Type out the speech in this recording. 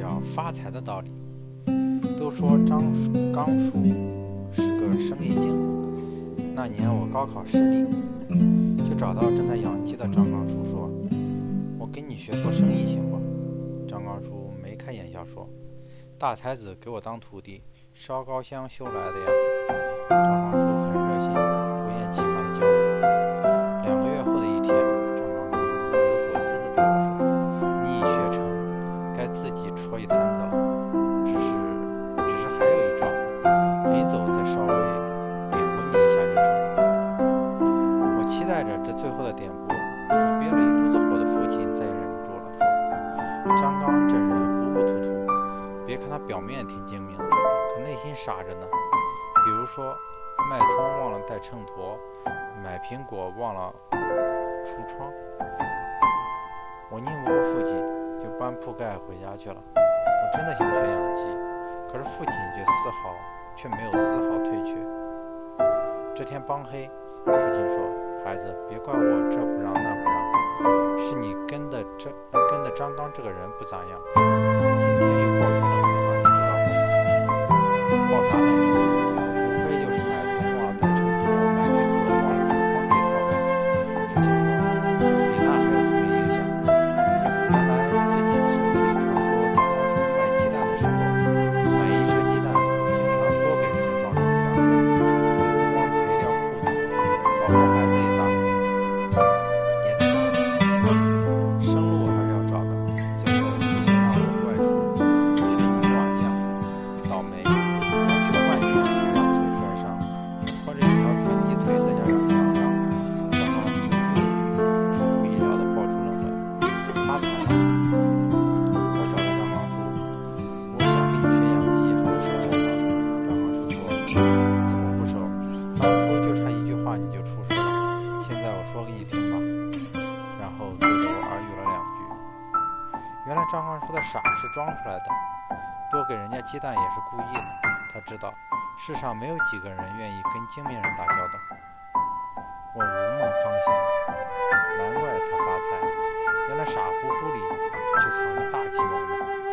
叫发财的道理。都说张刚叔是个生意精，那年我高考失利，就找到正在养鸡的张刚叔说：“我跟你学做生意行不？”张刚叔眉开眼笑说：“大才子给我当徒弟，烧高香修来的呀。”张刚叔很热心，不厌其烦地教我。2个月后的一天，张刚叔若有所思地对我说：“你已学成，该自己戳一坛子了。只是还有一招，临走再稍微点拨你一下就成了。”我期待着这最后的点拨，可憋了一肚子火的父亲再也忍不住了，说：“张刚这人糊糊涂涂，别看他表面挺精明的，可内心傻着呢。比如说，卖葱忘了带秤砣，买苹果忘了橱窗。”我拧不过父亲，就搬铺盖回家去了。我真的想学养鸡，可是父亲却没有丝毫退却。这天帮黑，父亲说：“孩子，别怪我这不让那不让，是你跟的张刚这个人不咋样，今天又爆出冷门了，你知道不？爆啥冷门？无非就是买葱忘了带秤砣，买苹果忘了橱窗这套呗。”父亲说：“比那还有负面影响。原来最近村子里传说，张刚叔卖鸡蛋的时候，买一车鸡蛋，经常多给人家装上1-2箱，光赔掉裤子，老婆孩子也得打生路还是要找的。最后父亲让我外出学泥瓦匠，倒霉，刚学半年，一让腿摔伤，拖着一条残疾腿在家养伤。张刚叔又出乎意料的爆出冷门，发财了。我找到张刚叔，我想跟你学养鸡，还能收我吗？张刚叔说：“怎么不收？当初就差一句话你就出手了，现在我说给你听吧。”然后对着我耳语了2句。原来张刚叔的傻是装出来的，多给人家鸡蛋也是故意的。他知道世上没有几个人愿意跟精明人打交道。我如梦方醒，难怪他发财，原来傻乎乎里却藏着大计谋呢。